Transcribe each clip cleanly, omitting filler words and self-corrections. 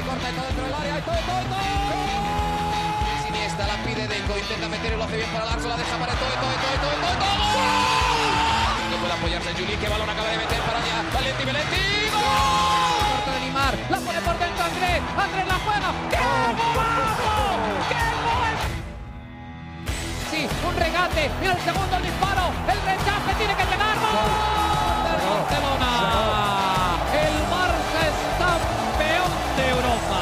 corta y todo dentro del área. ¡Y todo! Iniesta la pide Deco, intenta meter y lo hace bien para Larso, la deja para todo. No puede apoyarse Juli, que balón acaba de meter para allá. Valenti. ¡Gol! Corta de Neymar, la pone por dentro Andrés la juega. ¡Qué golazo! ¡Qué gol! Sí, un regate, mira el segundo disparo, el rechace tiene que llegar. ¡Gol del Barcelona! El Barça es campeón de Europa.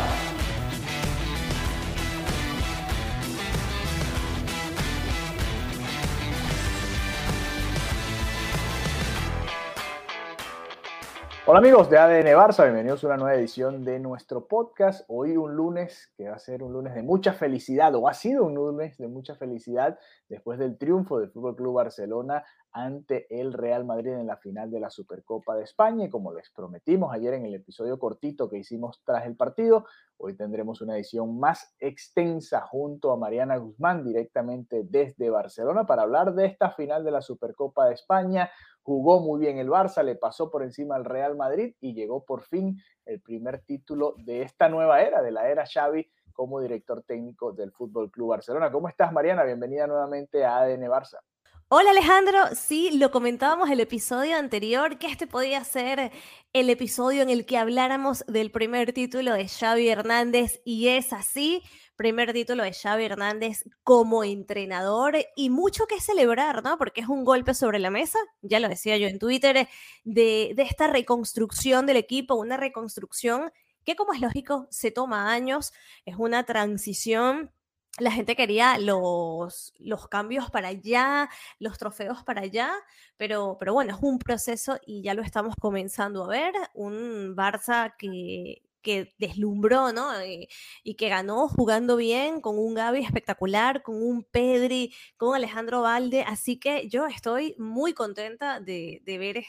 Hola amigos de ADN Barça, bienvenidos a una nueva edición de nuestro podcast. Hoy un lunes que va a ser un lunes de mucha felicidad, o ha sido un lunes de mucha felicidad después del triunfo del FC Barcelona ante el Real Madrid en la final de la Supercopa de España. Y como les prometimos ayer en el episodio cortito que hicimos tras el partido, hoy tendremos una edición más extensa junto a Mariana Guzmán directamente desde Barcelona para hablar de esta final de la Supercopa de España. Jugó muy bien el Barça, le pasó por encima al Real Madrid y llegó por fin el primer título de esta nueva era, de la era Xavi como director técnico del FC Barcelona. ¿Cómo estás, Mariana? Bienvenida nuevamente a ADN Barça. Hola Alejandro, sí, lo comentábamos el episodio anterior, que este podía ser el episodio en el que habláramos del primer título de Xavi Hernández, y es así, primer título de Xavi Hernández como entrenador, y mucho que celebrar, ¿no? Porque es un golpe sobre la mesa, ya lo decía yo en Twitter, de esta reconstrucción del equipo, una reconstrucción que, como es lógico, se toma años, es una transición. La gente quería los cambios para allá, los trofeos para allá, pero bueno, es un proceso y ya lo estamos comenzando a ver, un Barça que deslumbró, ¿no? Y que ganó jugando bien, con un Gavi espectacular, con un Pedri, con Alejandro Valde, así que yo estoy muy contenta de ver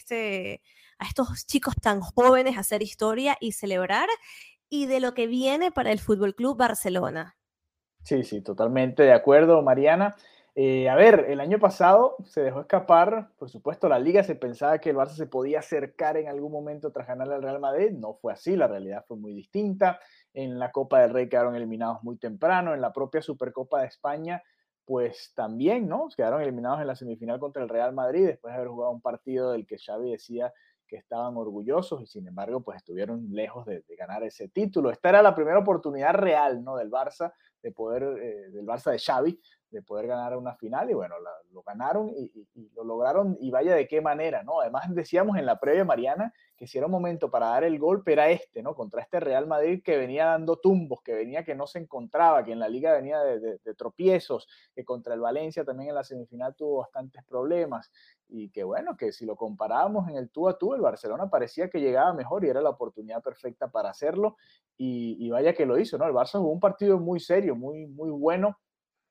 a estos chicos tan jóvenes hacer historia y celebrar, y de lo que viene para el FC Barcelona. Sí, totalmente de acuerdo, Mariana. A ver, el año pasado se dejó escapar, por supuesto, la Liga. Se pensaba que el Barça se podía acercar en algún momento tras ganarle al Real Madrid. No fue así, la realidad fue muy distinta. En la Copa del Rey quedaron eliminados muy temprano. En la propia Supercopa de España, pues también, ¿no? Quedaron eliminados en la semifinal contra el Real Madrid después de haber jugado un partido del que Xavi decía que estaban orgullosos y sin embargo, pues estuvieron lejos de ganar ese título. Esta era la primera oportunidad real, ¿no? Del Barça de poder, del Barça de Xavi, de poder ganar una final y bueno, lo ganaron y lo lograron y vaya de qué manera, ¿no? Además decíamos en la previa, Mariana, que si era un momento para dar el golpe era este, ¿no? Contra este Real Madrid que venía dando tumbos, que venía que no se encontraba, que en la Liga venía de tropiezos, que contra el Valencia también en la semifinal tuvo bastantes problemas y que bueno, que si lo comparábamos en el tú a tú, el Barcelona parecía que llegaba mejor y era la oportunidad perfecta para hacerlo y vaya que lo hizo, ¿no? El Barça jugó un partido muy serio, muy bueno,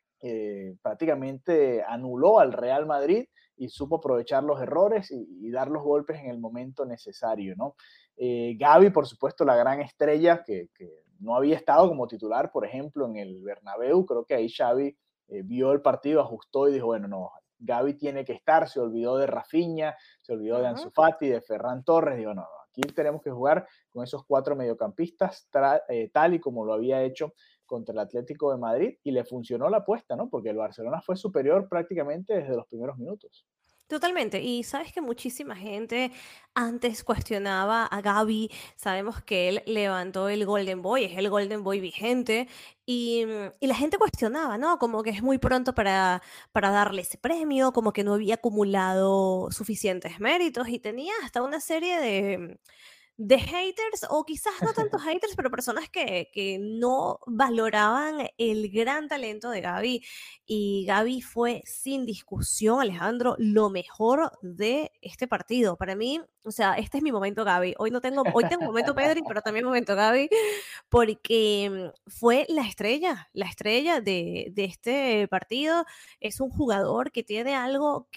prácticamente anuló al Real Madrid y supo aprovechar los errores y dar los golpes en el momento necesario, ¿no? Gavi, por supuesto, la gran estrella que no había estado como titular, por ejemplo, en el Bernabéu. Creo que ahí Xavi vio el partido, ajustó y dijo, bueno, no, Gavi tiene que estar. Se olvidó de Rafinha, se olvidó de Ansu Fati, de Ferran Torres. Digo, no, aquí tenemos que jugar con esos cuatro mediocampistas tal y como lo había hecho contra el Atlético de Madrid y le funcionó la apuesta, ¿no? Porque el Barcelona fue superior prácticamente desde los primeros minutos. Totalmente, y sabes que muchísima gente antes cuestionaba a Gavi, sabemos que él levantó el Golden Boy, es el Golden Boy vigente, y la gente cuestionaba, ¿no? Como que es muy pronto para darle ese premio, como que no había acumulado suficientes méritos y tenía hasta una serie de haters, o quizás no tantos haters, pero personas que no valoraban el gran talento de Gavi. Y Gavi fue sin discusión, Alejandro, lo mejor de este partido. Para mí, o sea, este es mi momento Gavi. Hoy tengo momento Pedri, pero también momento Gavi, porque fue la estrella de este partido. Es un jugador que tiene algo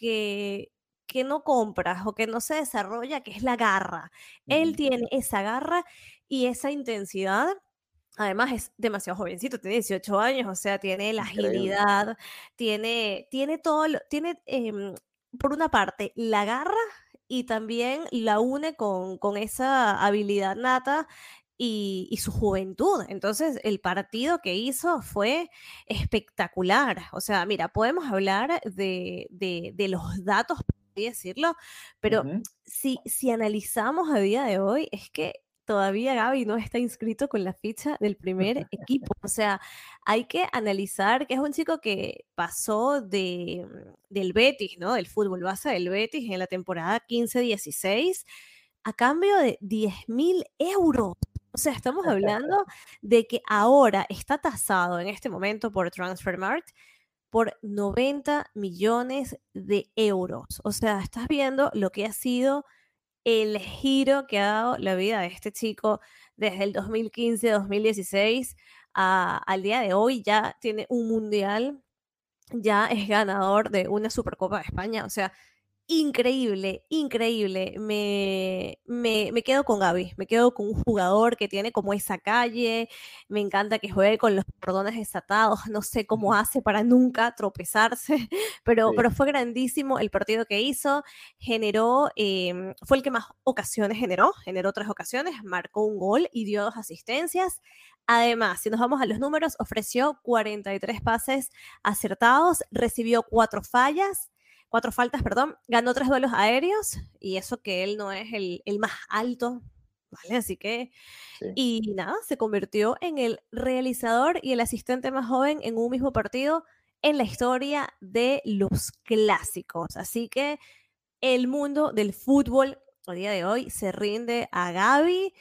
que no compras o que no se desarrolla, que es la garra. Él tiene esa garra y esa intensidad. Además es demasiado jovencito, tiene 18 años, o sea, tiene la Increíble. agilidad, tiene todo, tiene por una parte la garra y también la une con esa habilidad nata y su juventud. Entonces, el partido que hizo fue espectacular. O sea, mira, podemos hablar de los datos, por así decirlo, pero Ujú. si analizamos a día de hoy, es que todavía Gaby no está inscrito con la ficha del primer equipo. O sea, hay que analizar que es un chico que pasó del Betis, ¿no? Del fútbol base del Betis en la temporada 15-16 a cambio de 10.000 euros. O sea, estamos hablando de que ahora está tasado en este momento por Transfermarkt por 90 millones de euros. O sea, estás viendo lo que ha sido el giro que ha dado la vida de este chico desde el 2015-2016 al día de hoy. Ya tiene un mundial, ya es ganador de una Supercopa de España. O sea, increíble, increíble. Me quedo con Gaby, me quedo con un jugador que tiene como esa calle, me encanta que juegue con los cordones desatados, no sé cómo hace para nunca tropezarse, Sí, pero fue grandísimo el partido que hizo, generó, fue el que más ocasiones generó 3 ocasiones, marcó un gol y dio 2 asistencias. Además, si nos vamos a los números, ofreció 43 pases acertados, recibió 4 faltas, perdón, ganó 3 duelos aéreos y eso que él no es el más alto, ¿vale? Así que, sí. y nada, se convirtió en el realizador y el asistente más joven en un mismo partido en la historia de los clásicos. Así que el mundo del fútbol a día de hoy se rinde a Gaby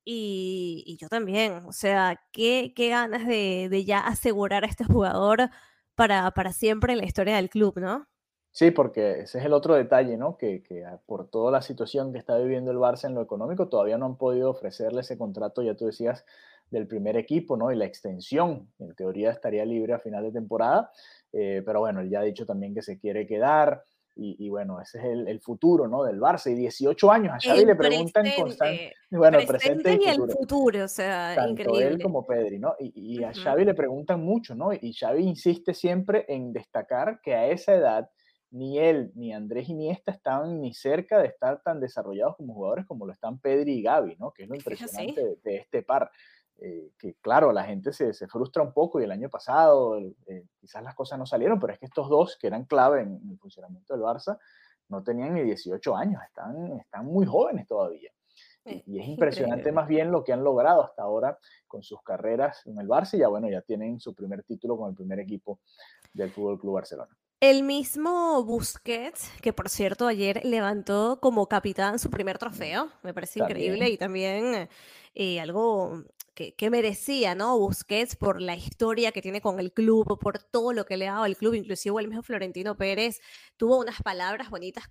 y yo también. O sea, qué ganas de ya asegurar a este jugador para siempre en la historia del club, ¿no? Sí, porque ese es el otro detalle, ¿no? Por toda la situación que está viviendo el Barça en lo económico, todavía no han podido ofrecerle ese contrato, ya tú decías, del primer equipo, ¿no? Y la extensión, en teoría estaría libre a final de temporada, pero bueno, él ya ha dicho también que se quiere quedar, y bueno, ese es el futuro, ¿no? Del Barça, y 18 años, a Xavi El le preguntan constante, presente, bueno, el presente presente y y el futuro, futuro, o sea, tanto él increíble. como Pedri, ¿no? Y a Ujú. Xavi le preguntan mucho, ¿no? Y Xavi insiste siempre en destacar que a esa edad ni él ni Andrés Iniesta estaban ni cerca de estar tan desarrollados como jugadores como lo están Pedri y Gavi, ¿no? Que es lo Es que es así. impresionante de este par. Que claro, la gente se frustra un poco y el año pasado quizás las cosas no salieron, pero es que estos dos que eran clave en el funcionamiento del Barça no tenían ni 18 años, están muy jóvenes todavía. Y es Es impresionante increíble. más bien lo que han logrado hasta ahora con sus carreras en el Barça y ya bueno, ya tienen su primer título con el primer equipo del Fútbol Club Barcelona. El mismo Busquets, que por cierto ayer levantó como capitán su primer Mm, trofeo, me parece increíble también, y también algo que merecía, ¿no? Busquets por la historia que tiene con el club, por todo lo que le ha dado al club, inclusive el mismo Florentino Pérez tuvo unas palabras bonitas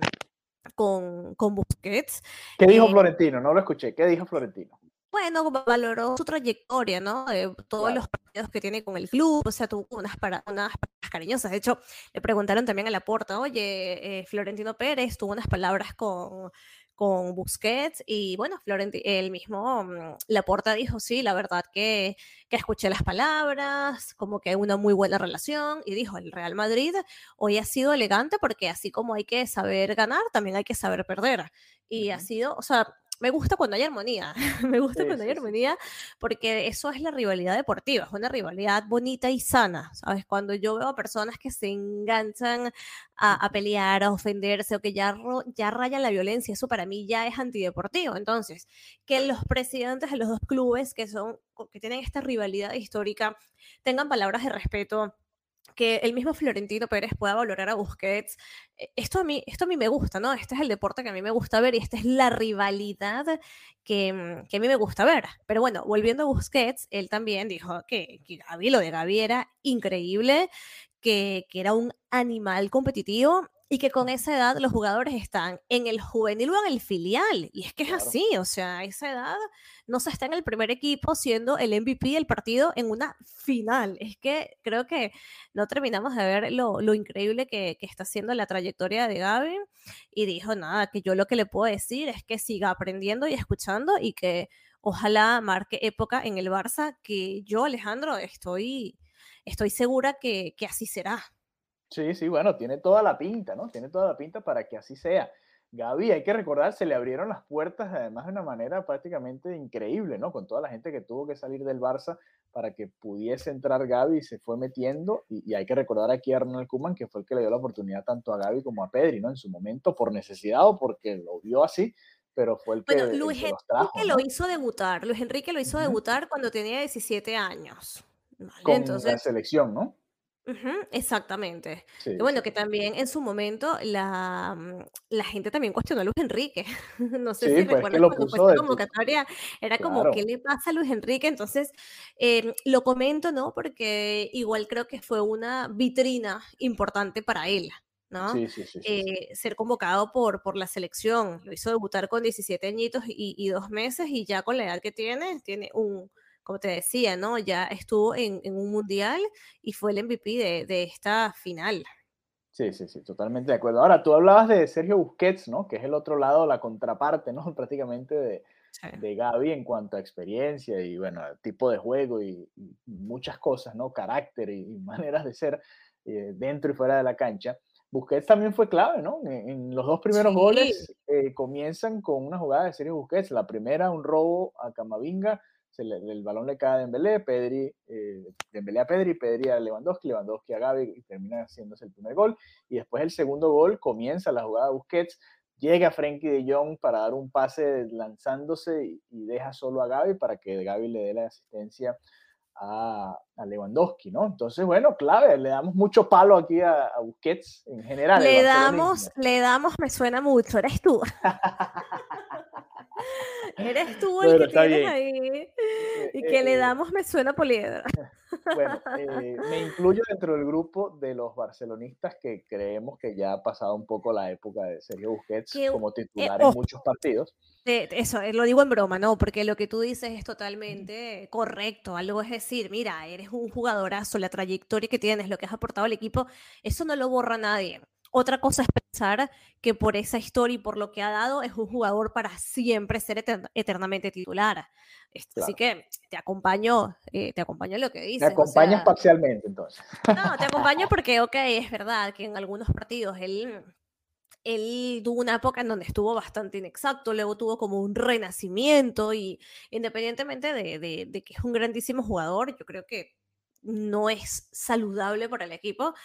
con Busquets. ¿qué dijo eh, Florentino? No lo escuché. ¿Qué dijo Florentino? Bueno, valoró su trayectoria, ¿no? De todos los Claro. partidos que tiene con el club, o sea, tuvo unas palabras cariñosas. De hecho, le preguntaron también a Laporta, oye, Florentino Pérez tuvo unas palabras con Busquets y bueno, el mismo Laporta dijo, sí, la verdad que escuché las palabras, como que hay una muy buena relación y dijo, el Real Madrid hoy ha sido elegante porque así como hay que saber ganar, también hay que saber perder. Y ha Ujú. sido, o sea, me gusta cuando hay armonía, me gusta Sí, cuando hay sí, sí. armonía porque eso es la rivalidad deportiva, es una rivalidad bonita y sana, ¿sabes? Cuando yo veo a personas que se enganchan a pelear, a ofenderse o que ya rayan la violencia, eso para mí ya es antideportivo. Entonces, que los presidentes de los dos clubes que tienen esta rivalidad histórica tengan palabras de respeto, que el mismo Florentino Pérez pueda valorar a Busquets. Esto a mí me gusta, ¿no? Este es el deporte que a mí me gusta ver y esta es la rivalidad que a mí me gusta ver. Pero bueno, volviendo a Busquets, él también dijo que Gavi, lo de Gavi era increíble, que era un animal competitivo y que con esa edad los jugadores están en el juvenil o en el filial. Y es que es Claro. así, o sea, a esa edad no se está en el primer equipo siendo el MVP del partido en una final. Es que creo que no terminamos de ver lo increíble que está haciendo la trayectoria de Gaby y dijo, nada, que yo lo que le puedo decir es que siga aprendiendo y escuchando y que ojalá marque época en el Barça, que yo, Alejandro, estoy segura que así será. Sí, sí, bueno, tiene toda la pinta, ¿no? Tiene toda la pinta para que así sea. Gavi, hay que recordar, se le abrieron las puertas además de una manera prácticamente increíble, ¿no? Con toda la gente que tuvo que salir del Barça para que pudiese entrar Gavi, se fue metiendo y hay que recordar aquí a Ronald Koeman, que fue el que le dio la oportunidad tanto a Gavi como a Pedri, ¿no? En su momento, por necesidad o porque lo vio así, pero fue Bueno, el que los trajo, ¿no? Luis Enrique lo hizo Ujú. debutar cuando tenía 17 años, ¿vale? Con la Entonces, selección, ¿no? ujú, exactamente. Que Sí, sí, bueno, que sí. también en su momento la gente también cuestionó a Luis Enrique. No sé Sí, si pues que recuerdas lo cuando fue puso esa de convocatoria, era como, ¿qué claro. le pasa a Luis Enrique? Entonces, lo comento, ¿no? Porque igual creo que fue una vitrina importante para él, ¿no? Sí, sí, sí, sí, sí. Ser convocado por la selección. Lo hizo debutar con 17 añitos y 2 meses y ya con la edad que tiene como te decía, ¿no? Ya estuvo en un mundial y fue el MVP de esta final. Sí, sí, sí, totalmente de acuerdo. Ahora, tú hablabas de Sergio Busquets, ¿no? Que es el otro lado, la contraparte, ¿no? Prácticamente Sí. de Gavi en cuanto a experiencia y, bueno, tipo de juego y muchas cosas, ¿no? Carácter y maneras de ser dentro y fuera de la cancha. Busquets también fue clave, ¿no? En los dos primeros Sí, goles comienzan con una jugada de Sergio Busquets. La primera, un robo a Camavinga, el balón le cae a Dembélé, Dembélé a Pedri, Pedri a Lewandowski, Lewandowski a Gavi y termina haciéndose el primer gol y después el segundo gol comienza la jugada de Busquets, llega Frenkie de Jong para dar un pase lanzándose y deja solo a Gavi para que Gavi le dé la asistencia a Lewandowski, ¿no? Entonces, bueno, clave, le damos mucho palo aquí a Busquets en general, el barcelonismo. le damos, me suena mucho, eres tú. Eres tú el Bueno, que está tienes bien. ahí Eh, y que le eh, damos, me suena poliedro. Bueno, me incluyo dentro del grupo de los barcelonistas que creemos que ya ha pasado un poco la época de Sergio Busquets Que, como titular en ojo, muchos partidos. eso, lo digo en broma, ¿no? Porque lo que tú dices es totalmente correcto. Algo es decir, mira, eres un jugadorazo, la trayectoria que tienes, lo que has aportado al equipo, eso no lo borra nadie. Otra cosa es pensar que por esa historia y por lo que ha dado es un jugador para siempre ser eternamente titular. Así Claro. que te acompaño en lo que Me dices. O acompañas sea, parcialmente, entonces. no, te acompaño porque, ok, es verdad que en algunos partidos él tuvo una época en donde estuvo bastante inexacto, luego tuvo como un renacimiento y independientemente de que es un grandísimo jugador, yo creo que no es saludable para el equipo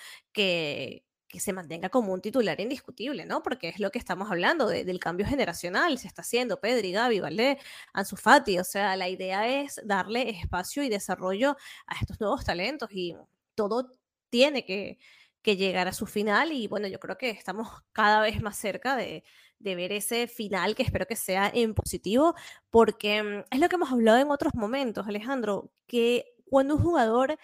que se mantenga como un titular indiscutible, ¿no? Porque es lo que estamos hablando, del cambio generacional, se está haciendo Pedri, Gavi, Valdé, Ansu Fati, o sea, la idea es darle espacio y desarrollo a estos nuevos talentos y todo tiene que llegar a su final y bueno, yo creo que estamos cada vez más cerca de ver ese final que espero que sea en positivo, porque es lo que hemos hablado en otros momentos, Alejandro, que cuando un jugador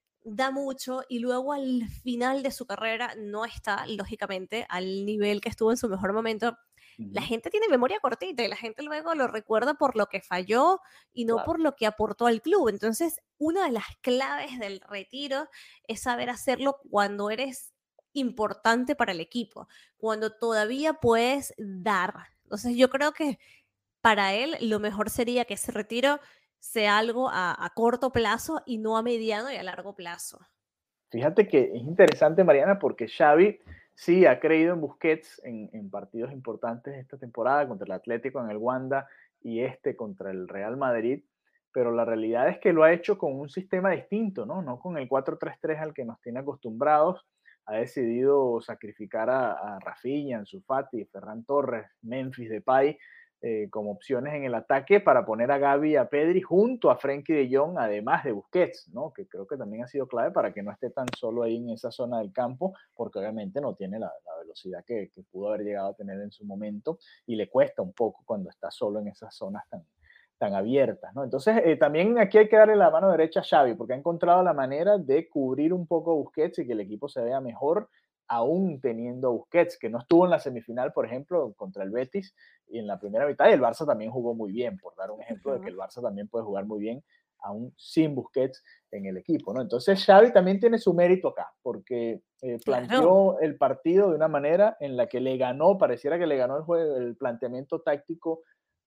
da mucho y luego al final de su carrera no está, lógicamente, al nivel que estuvo en su mejor momento, la Ujú, gente tiene memoria cortita y la gente luego lo recuerda por lo que falló y no claro. por lo que aportó al club. Entonces, una de las claves del retiro es saber hacerlo cuando eres importante para el equipo, cuando todavía puedes dar. Entonces, yo creo que para él lo mejor sería que ese retiro sea algo a corto plazo y no a mediano y a largo plazo. Fíjate que es interesante, Mariana, porque Xavi sí ha creído en Busquets en partidos importantes esta temporada contra el Atlético en el Wanda y este contra el Real Madrid, pero la realidad es que lo ha hecho con un sistema distinto, ¿no? No con el 4-3-3 al que nos tiene acostumbrados. Ha decidido sacrificar a Rafinha, Ansu Fati, Ferran Torres, Memphis Depay como opciones en el ataque para poner a Gavi y a Pedri junto a Frenkie de Jong, además de Busquets, ¿no? Que creo que también ha sido clave para que no esté tan solo ahí en esa zona del campo, porque obviamente no tiene la velocidad que pudo haber llegado a tener en su momento y le cuesta un poco cuando está solo en esas zonas tan abiertas, ¿no? Entonces, también aquí hay que darle la mano derecha a Xavi, porque ha encontrado la manera de cubrir un poco a Busquets y que el equipo se vea mejor, aún teniendo a Busquets, que no estuvo en la semifinal, por ejemplo, contra el Betis, y en la primera mitad, y el Barça también jugó muy bien, por dar un ejemplo de que Ujú. el Barça también puede jugar muy bien, aún sin Busquets en el equipo, ¿no? Entonces Xavi también tiene su mérito acá, porque Claro. planteó el partido de una manera en la que le ganó, pareciera que le ganó el juego, el planteamiento táctico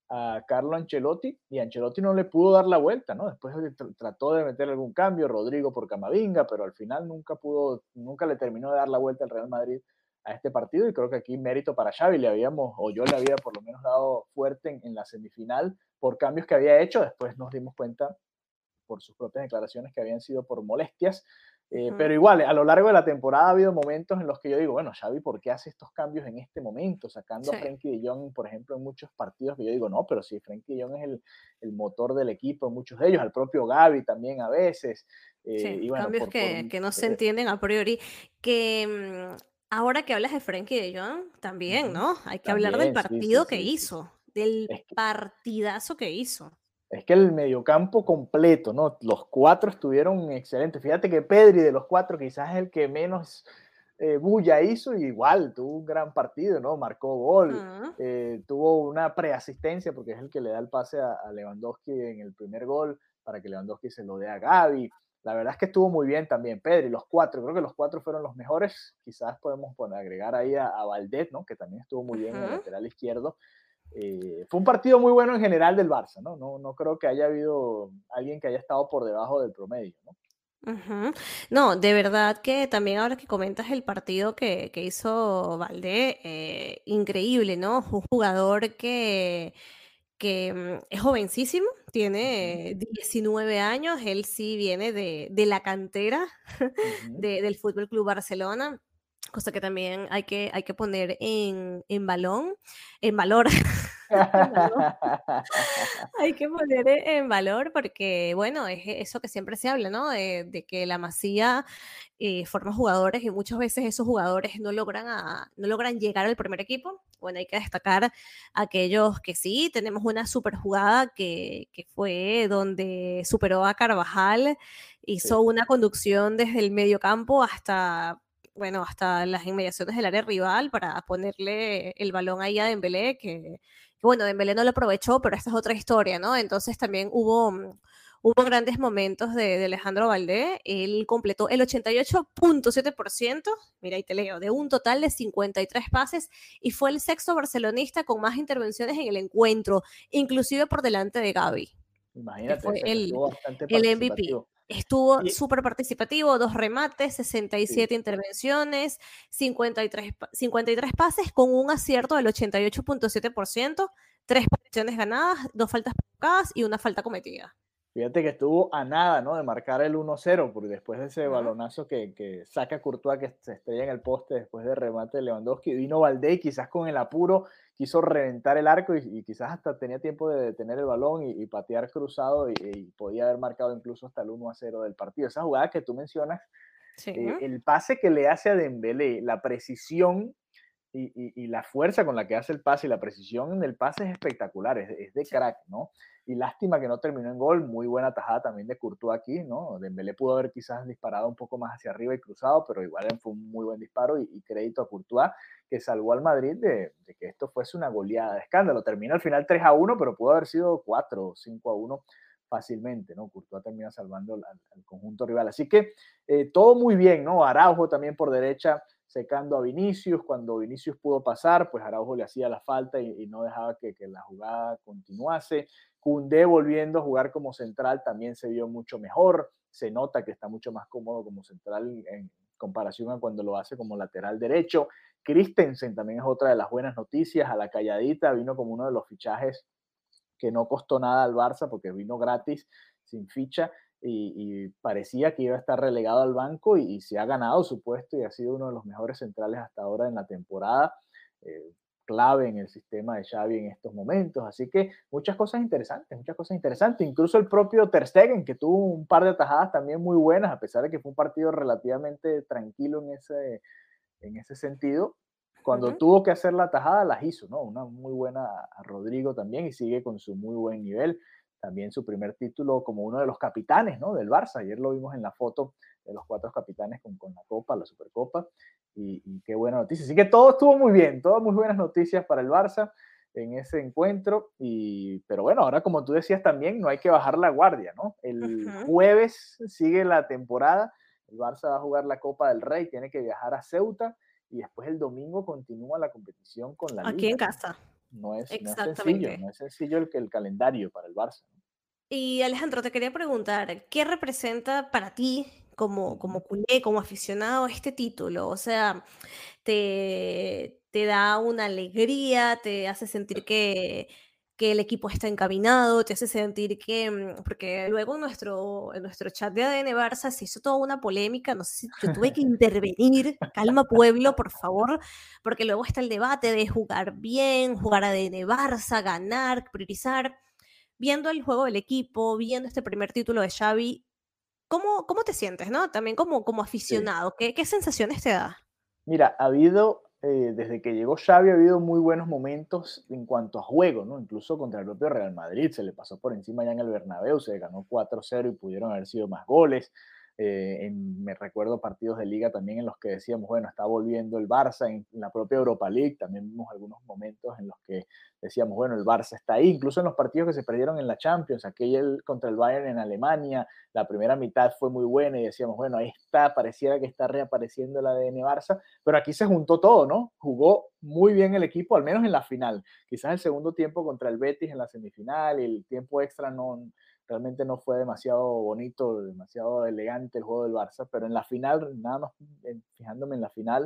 a Carlo Ancelotti y Ancelotti no le pudo dar la vuelta, ¿no? Después trató de meter algún cambio, Rodrigo por Camavinga, pero al final nunca le terminó de dar la vuelta al Real Madrid a este partido, y creo que aquí mérito para Xavi, o yo le había por lo menos dado fuerte en la semifinal por cambios que había hecho, después nos dimos cuenta por sus propias declaraciones que habían sido por molestias. Ujú. Pero igual, a lo largo de la temporada ha habido momentos en los que yo digo, bueno, Xavi, ¿por qué hace estos cambios en este momento? Sacando a Sí, Frenkie de Jong, por ejemplo, en muchos partidos que yo digo, no, pero si Frenkie de Jong es el motor del equipo en muchos de ellos, al propio Gavi también a veces. sí, Y bueno, cambios que no se entienden a priori. Que ahora que hablas de Frenkie de Jong, también, ujú, ¿no? Hay que hablar del también, sí, sí, partido que sí, sí. hizo, del Es que, partidazo que hizo. es que el mediocampo completo, ¿no? Los cuatro estuvieron excelentes. Fíjate que Pedri de los cuatro quizás es el que menos bulla hizo, y igual tuvo un gran partido, ¿no? Marcó gol, Ujú, tuvo una preasistencia porque es el que le da el pase a Lewandowski en el primer gol para que Lewandowski se lo dé a Gavi. La verdad es que estuvo muy bien también Pedri, los cuatro, creo que los cuatro fueron los mejores. Quizás podemos agregar ahí a Valdés, ¿no? Que también estuvo muy bien en el ujú. lateral izquierdo. Fue un partido muy bueno en general del Barça, ¿no? No creo que haya habido alguien que haya estado por debajo del promedio, ¿no? Ujú. No, de verdad que también ahora que comentas el partido que hizo Valdé, increíble, ¿no? Un jugador que es jovencísimo, Ujú, tiene 19 años, él sí viene de la cantera ujú. del Fútbol Club Barcelona, cosa que también hay que poner en balón, en valor, en valor. Hay que poner en valor porque, bueno, es eso que siempre se habla, ¿no? De que la Masía forma jugadores y muchas veces esos jugadores no logran llegar al primer equipo. Bueno, hay que destacar aquellos que sí, tenemos una super jugada que fue donde superó a Carvajal, hizo Sí. una conducción desde el medio campo hasta las inmediaciones del área rival para ponerle el balón ahí a Dembélé, que bueno, Dembélé no lo aprovechó, pero esta es otra historia, ¿no? Entonces también hubo grandes momentos de Alejandro Valdé. Él completó el 88.7%, mira, ahí te leo, de un total de 53 pases y fue el sexto barcelonista con más intervenciones en el encuentro, inclusive por delante de Gavi, que Imagínate, o fue sea que estuvo bastante el MVP. participativo. Estuvo Y súper participativo, 2 remates, sí, 67 intervenciones, 53 pases con un acierto del 88.7%, 3 posiciones ganadas, 2 faltas provocadas y una falta cometida. fíjate que estuvo a nada, ¿no? De marcar el 1-0, porque después de ese Ujú, balonazo que saca Courtois, que se estrella en el poste después de remate de Lewandowski, vino Valdé y quizás con el apuro quiso reventar el arco, y quizás hasta tenía tiempo de detener el balón y patear cruzado, y podía haber marcado incluso hasta el 1-0 del partido. Esa jugada que tú mencionas, sí, el pase que le hace a Dembélé, la precisión y la fuerza con la que hace el pase y la precisión en el pase es espectacular, es de sí. crack, ¿no? Y lástima que no terminó en gol, muy buena tajada también de Courtois aquí, ¿no? Dembélé pudo haber quizás disparado un poco más hacia arriba y cruzado, pero igual fue un muy buen disparo, y crédito a Courtois, que salvó al Madrid de que esto fuese una goleada de escándalo. Termina al final 3-1, pero pudo haber sido 4 o 5-1 fácilmente, ¿no? Courtois termina salvando al conjunto rival. Así que todo muy bien, ¿no? Araujo también por derecha secando a Vinicius. Cuando Vinicius pudo pasar, pues Araujo le hacía la falta y no dejaba que la jugada continuase. Koundé volviendo a jugar como central también se vio mucho mejor. Se nota que está mucho más cómodo como central en comparación a cuando lo hace como lateral derecho. Christensen también es otra de las buenas noticias. A la calladita vino como uno de los fichajes que no costó nada al Barça porque vino gratis, sin ficha, y parecía que iba a estar relegado al banco, y se ha ganado su puesto y ha sido uno de los mejores centrales hasta ahora en la temporada, clave en el sistema de Xavi en estos momentos. Así que muchas cosas interesantes, muchas cosas interesantes. Incluso el propio Ter Stegen, que tuvo un par de atajadas también muy buenas, a pesar de que fue un partido relativamente tranquilo en ese sentido. Cuando Ujú. tuvo que hacer la tajada, las hizo, ¿no? Una muy buena a Rodrigo también, y sigue con su muy buen nivel. También su primer título como uno de los capitanes, ¿no? Del Barça. Ayer lo vimos en la foto de los cuatro capitanes con la Copa, la Supercopa, y qué buena noticia. Así que todo estuvo muy bien, todas muy buenas noticias para el Barça en ese encuentro. Pero bueno, ahora como tú decías también, no hay que bajar la guardia, ¿no? El Ujú. jueves sigue la temporada, el Barça va a jugar la Copa del Rey, tiene que viajar a Ceuta, y después el domingo continúa la competición con la Aquí en liga, ¿no? casa, No es sencillo, exactamente. no es sencillo el calendario para el Barça, ¿no? Y Alejandro, te quería preguntar, ¿qué representa para ti como culé, como aficionado, este título? O sea, te da una alegría, te hace sentir que el equipo está encaminado, te hace sentir que, porque luego en nuestro chat de ADN Barça se hizo toda una polémica, no sé si yo tuve que intervenir, calma pueblo, por favor, porque luego está el debate de jugar bien, jugar ADN Barça, ganar, priorizar, viendo el juego del equipo, viendo este primer título de Xavi, ¿cómo te sientes, no? También como Sí. aficionado, ¿qué sensaciones te da? Mira, ha habido, desde que llegó Xavi, ha habido muy buenos momentos en cuanto a juego, ¿no? Incluso contra el propio Real Madrid, se le pasó por encima ya en el Bernabéu, se ganó 4-0 y pudieron haber sido más goles. Me recuerdo partidos de liga también en los que decíamos, bueno, está volviendo el Barça, en la propia Europa League también vimos algunos momentos en los que decíamos, bueno, el Barça está ahí, incluso en los partidos que se perdieron en la Champions, aquel contra el Bayern en Alemania, la primera mitad fue muy buena y decíamos, bueno, ahí está, pareciera que está reapareciendo el ADN Barça, pero aquí se juntó todo, ¿no? Jugó muy bien el equipo, al menos en la final. Quizás el segundo tiempo contra el Betis en la semifinal y el tiempo extra realmente no fue demasiado bonito, demasiado elegante el juego del Barça, pero en la final, nada más fijándome en la final,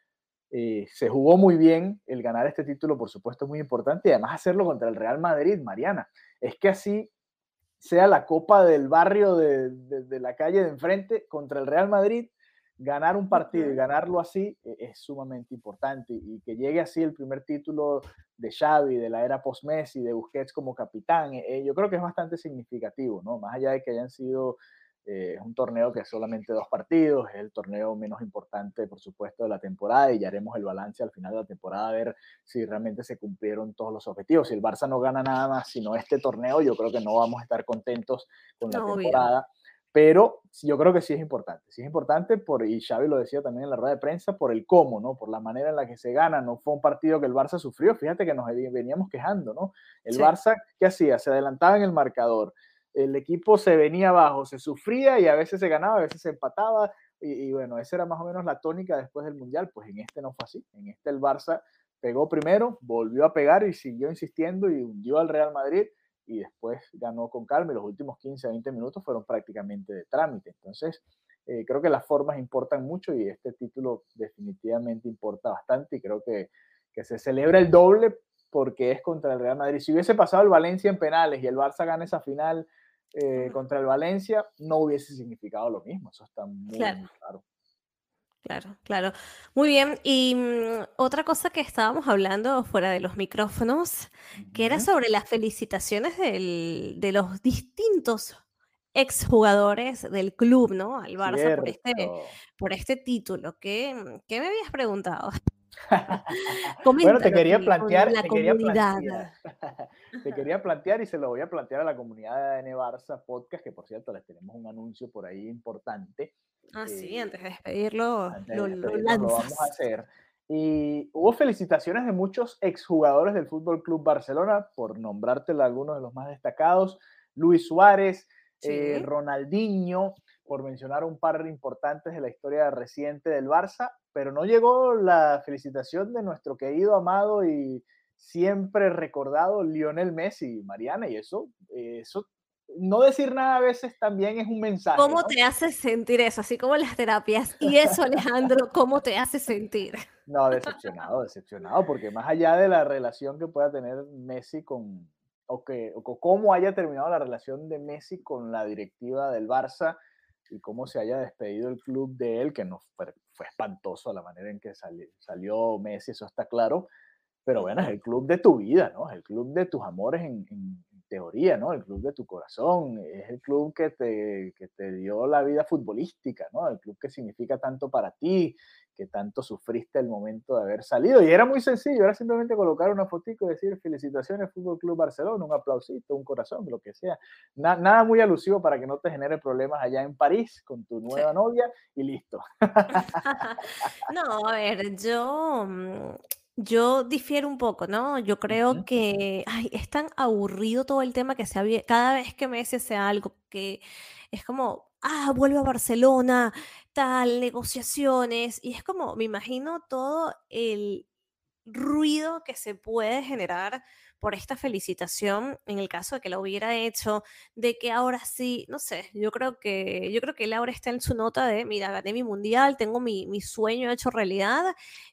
se jugó muy bien. El ganar este título, por supuesto, es muy importante y además hacerlo contra el Real Madrid, Mariana. Es que así sea la copa del barrio de la calle de enfrente contra el Real Madrid, ganar un partido y Ujú. ganarlo así es sumamente importante. Y que llegue así el primer título de Xavi, de la era post-Messi, de Busquets como capitán, yo creo que es bastante significativo, ¿no? Más allá de que hayan sido un torneo que es solamente 2 partidos, es el torneo menos importante, por supuesto, de la temporada y ya haremos el balance al final de la temporada a ver si realmente se cumplieron todos los objetivos. Si el Barça no gana nada más sino este torneo, yo creo que no vamos a estar contentos con la Obvio. temporada, pero yo creo que sí es importante y Xavi lo decía también en la rueda de prensa, por el cómo, ¿no? Por la manera en la que se gana, no fue un partido que el Barça sufrió, fíjate que nos veníamos quejando, ¿no? El Sí. Barça, ¿qué hacía? Se adelantaba en el marcador, el equipo se venía abajo, se sufría y a veces se ganaba, a veces se empataba, y bueno, esa era más o menos la tónica después del Mundial, pues en este no fue así, en este el Barça pegó primero, volvió a pegar y siguió insistiendo y hundió al Real Madrid y después ganó con calma y los últimos 15, 20 minutos fueron prácticamente de trámite. Entonces, creo que las formas importan mucho y este título definitivamente importa bastante y creo que se celebra el doble porque es contra el Real Madrid. Si hubiese pasado el Valencia en penales y el Barça gana esa final contra el Valencia, no hubiese significado lo mismo. Eso está muy, Claro, muy claro. claro, claro. Muy bien. Y otra cosa que estábamos hablando fuera de los micrófonos, que era Ujú. sobre las felicitaciones de los distintos exjugadores del club, ¿no? Al Barça Cierto. por este título. ¿Qué me habías preguntado? Bueno, Coméntalo aquí con la te quería comunidad. plantear, te quería plantear y se lo voy a plantear a la comunidad de ADN Barça Podcast, que por cierto les tenemos un anuncio por ahí importante. Ah, sí, eh, antes de despedirlo, Antes de lo despedirnos lo vamos a lanzas. hacer. Y hubo felicitaciones de muchos exjugadores del Fútbol Club Barcelona, por nombrarte algunos de los más destacados. Luis Suárez, Sí. Ronaldinho, por mencionar un par importantes de la historia reciente del Barça, pero no llegó la felicitación de nuestro querido, amado y siempre recordado Lionel Messi, Mariana, y eso no decir nada a veces también es un mensaje, ¿Cómo ¿no? te hace sentir eso? Así como las terapias. Y eso, Alejandro, ¿cómo te hace sentir? No, decepcionado, decepcionado, porque más allá de la relación que pueda tener Messi o cómo haya terminado la relación de Messi con la directiva del Barça y cómo se haya despedido el club de él, que no fue espantoso la manera en que salió Messi, eso está claro, pero bueno, es Ujú. el club de tu vida, ¿no? Es el club de tus amores en teoría, ¿no? El club de tu corazón, es el club que te dio la vida futbolística, ¿no? El club que significa tanto para ti, que tanto sufriste el momento de haber salido. Y era muy sencillo, era simplemente colocar una fotito y decir felicitaciones Fútbol Club Barcelona, un aplausito, un corazón, lo que sea. Nada muy alusivo para que no te genere problemas allá en París con tu Sí. nueva novia y listo. No, a ver, yo difiero un poco, ¿no? Yo Ujú, creo que ay, es tan aburrido todo el tema que cada vez que Messi hace algo que es como, vuelve a Barcelona, tal, negociaciones, y es como, me imagino todo el ruido que se puede generar por esta felicitación, en el caso de que la hubiera hecho, de que ahora sí, no sé, yo creo que él ahora está en su nota de, mira, gané mi mundial, tengo mi sueño hecho realidad,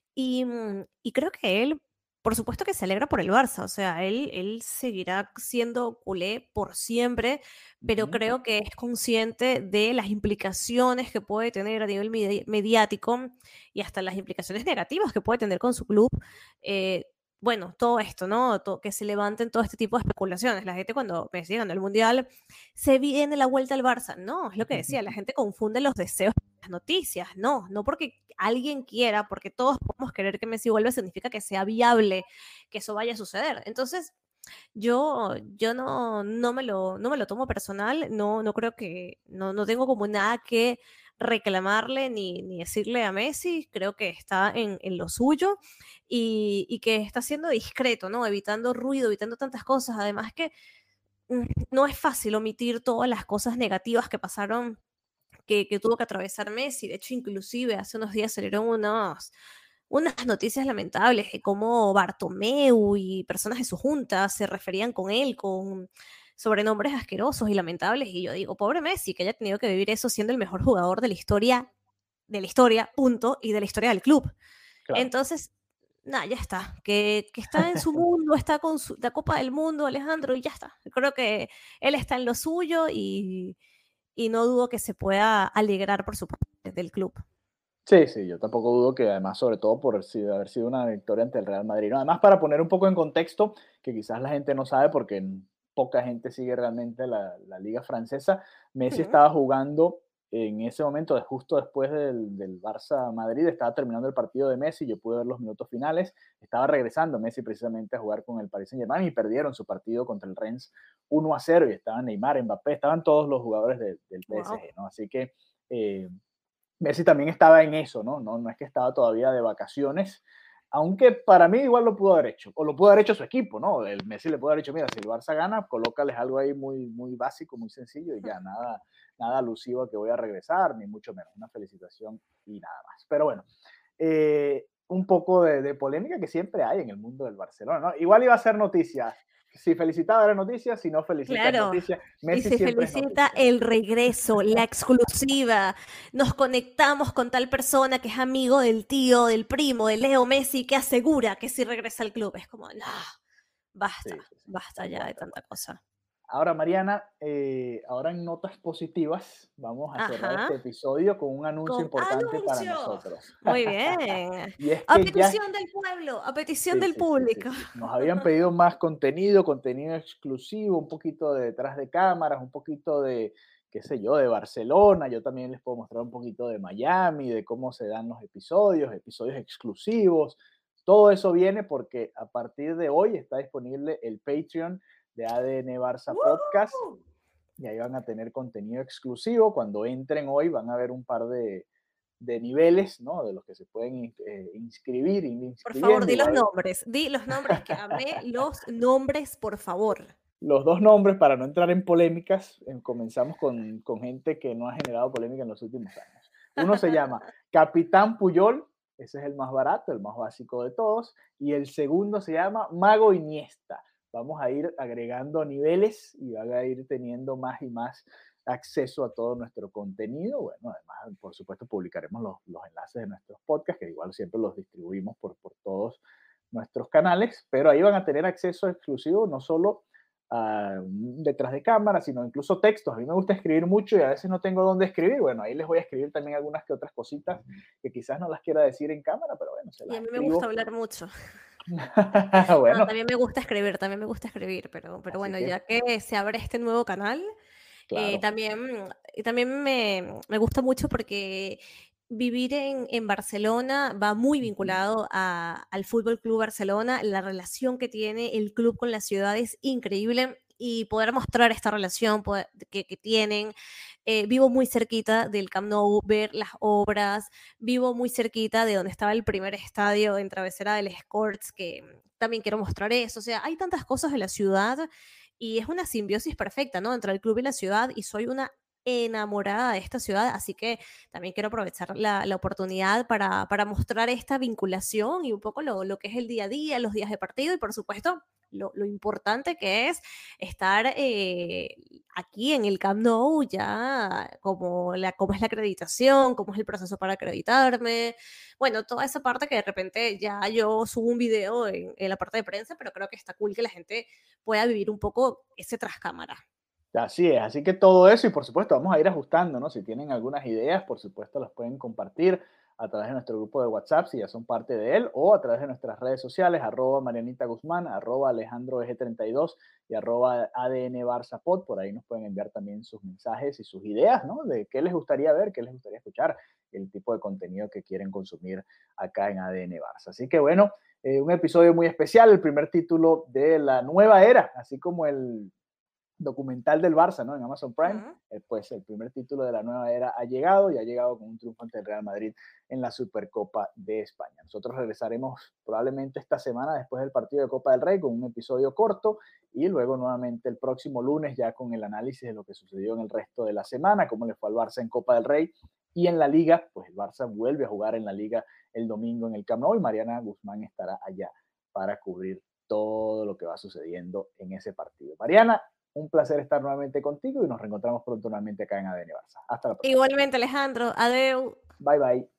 y creo que él, por supuesto que se alegra por el Barça, o sea, él seguirá siendo culé por siempre, pero Ujú. creo que es consciente de las implicaciones que puede tener a nivel mediático y hasta las implicaciones negativas que puede tener con su club. eh, bueno, todo esto, ¿no? Que se levanten todo este tipo de especulaciones. La gente cuando Messi ganó el Mundial, se viene la vuelta al Barça. No, es lo que decía, la gente confunde los deseos con las noticias. No, no porque alguien quiera, porque todos podemos querer que Messi vuelva, significa que sea viable que eso vaya a suceder. Entonces, yo no me lo tomo personal, no creo que, no tengo como nada que reclamarle ni decirle a Messi, creo que está en lo suyo y que está siendo discreto, ¿no? Evitando ruido, evitando tantas cosas, además que no es fácil omitir todas las cosas negativas que pasaron que tuvo que atravesar Messi. De hecho, inclusive hace unos días salieron unas noticias lamentables de cómo Bartomeu y personas de su junta se referían con él con sobrenombres asquerosos y lamentables. Y yo digo, pobre Messi, que haya tenido que vivir eso siendo el mejor jugador de la historia, punto, y de la historia del club. Claro. Entonces, nada, ya está. Que está en su mundo, está con la Copa del Mundo, Alejandro, y ya está. Creo que él está en lo suyo y no dudo que se pueda alegrar, por supuesto, del club. Sí, sí, yo tampoco dudo que además, sobre todo por haber sido una victoria ante el Real Madrid, ¿no? Además, para poner un poco en contexto, que quizás la gente no sabe porque poca gente sigue realmente la liga francesa, Messi Mm. estaba jugando en ese momento, justo después del Barça-Madrid, estaba terminando el partido de Messi, yo pude ver los minutos finales, estaba regresando Messi precisamente a jugar con el Paris Saint-Germain y perdieron su partido contra el Rennes 1-0 y estaban Neymar, Mbappé, estaban todos los jugadores del Wow. PSG, ¿no? Así que... Messi también estaba en eso, ¿no? No es que estaba todavía de vacaciones, aunque para mí igual lo pudo haber hecho, o lo pudo haber hecho su equipo, ¿no? El Messi le pudo haber dicho, mira, si el Barça gana, colócales algo ahí muy, muy básico, muy sencillo y ya, nada alusivo a que voy a regresar, ni mucho menos, una felicitación y nada más. Pero bueno, un poco de polémica que siempre hay en el mundo del Barcelona, ¿no? Igual iba a ser noticia, si felicitaba era noticia, si no felicita es Claro. noticia, Y Messi se siempre es felicita noticia. el regreso, la exclusiva. Nos conectamos con tal persona que es amigo del tío, del primo, de Leo Messi, que asegura que si regresa al club. Es como, no, basta, Sí, sí, sí, basta tal ya cual, de tal tanta cual. cosa. Ahora, Mariana, ahora en notas positivas, vamos a cerrar Ajá. este episodio con un anuncio Con importante para anuncio. nosotros. Muy bien. Y es A que ya, petición del pueblo, a petición sí, del sí, sí, sí, público. sí, nos habían pedido más contenido, contenido exclusivo, un poquito de detrás de cámaras, un poquito de, qué sé yo, de Barcelona. Yo también les puedo mostrar un poquito de Miami, de cómo se dan los episodios, episodios exclusivos. Todo eso viene porque a partir de hoy está disponible el Patreon de ADN Barça Podcast ¡Woo! y ahí van a tener contenido exclusivo. Cuando entren hoy van a ver un par de niveles, ¿no? De los que se pueden inscribir, ir Por favor, inscribiendo. Igual di los nombres que amé, los nombres, por favor. los dos nombres, para no entrar en polémicas, comenzamos con gente que no ha generado polémica en los últimos años. Uno se llama Capitán Puyol, ese es el más barato, el más básico de todos, y el segundo se llama Mago Iniesta. Vamos a ir agregando niveles y van a ir teniendo más y más acceso a todo nuestro contenido. Bueno, además, por supuesto, publicaremos los enlaces de nuestros podcasts, que igual siempre los distribuimos por todos nuestros canales, pero ahí van a tener acceso exclusivo no solo detrás de cámara, sino incluso textos. A mí me gusta escribir mucho y a veces no tengo dónde escribir. Bueno, ahí les voy a escribir también algunas que otras cositas que quizás no las quiera decir en cámara, pero bueno, se Y las a mí me gusta escribo. hablar mucho. No, Bueno, también me gusta escribir, pero así bueno, que, ya que se abre este nuevo canal, claro. también me gusta mucho porque vivir en Barcelona va muy Ujú. vinculado al Fútbol Club Barcelona. La relación que tiene el club con la ciudad es increíble y poder mostrar esta relación que tienen. Vivo muy cerquita del Camp Nou, ver las obras, vivo muy cerquita de donde estaba el primer estadio en Travesera del Escorts, que también quiero mostrar eso. O sea, hay tantas cosas de la ciudad y es una simbiosis perfecta, ¿no? Entre el club y la ciudad y soy una enamorada de esta ciudad, así que también quiero aprovechar la oportunidad para mostrar esta vinculación y un poco lo que es el día a día, los días de partido y por supuesto lo importante que es estar aquí en el Camp Nou ya cómo es la acreditación, cómo es el proceso para acreditarme, bueno, toda esa parte que de repente ya yo subo un video en la parte de prensa, pero creo que está cool que la gente pueda vivir un poco ese tras cámara. Así es, así que todo eso y por supuesto vamos a ir ajustando, ¿no? Si tienen algunas ideas, por supuesto las pueden compartir a través de nuestro grupo de WhatsApp si ya son parte de él o a través de nuestras redes sociales, Marianita Guzmán, Alejandro EG32 y ADN Barça Pod. Por ahí nos pueden enviar también sus mensajes y sus ideas, ¿no? De qué les gustaría ver, qué les gustaría escuchar, el tipo de contenido que quieren consumir acá en ADN Barça. Así que bueno, un episodio muy especial, el primer título de la nueva era, así como el documental del Barça, ¿no? En Amazon Prime, pues el primer título de la nueva era ha llegado y ha llegado con un triunfo ante el Real Madrid en la Supercopa de España. Nosotros regresaremos probablemente esta semana después del partido de Copa del Rey con un episodio corto y luego nuevamente el próximo lunes ya con el análisis de lo que sucedió en el resto de la semana, cómo le fue al Barça en Copa del Rey y en la Liga, pues el Barça vuelve a jugar en la Liga el domingo en el Camp Nou y Mariana Guzmán estará allá para cubrir todo lo que va sucediendo en ese partido. Mariana, un placer estar nuevamente contigo y nos reencontramos pronto nuevamente acá en ADN Barça. Hasta la próxima. Igualmente, Alejandro, adeu. Bye bye.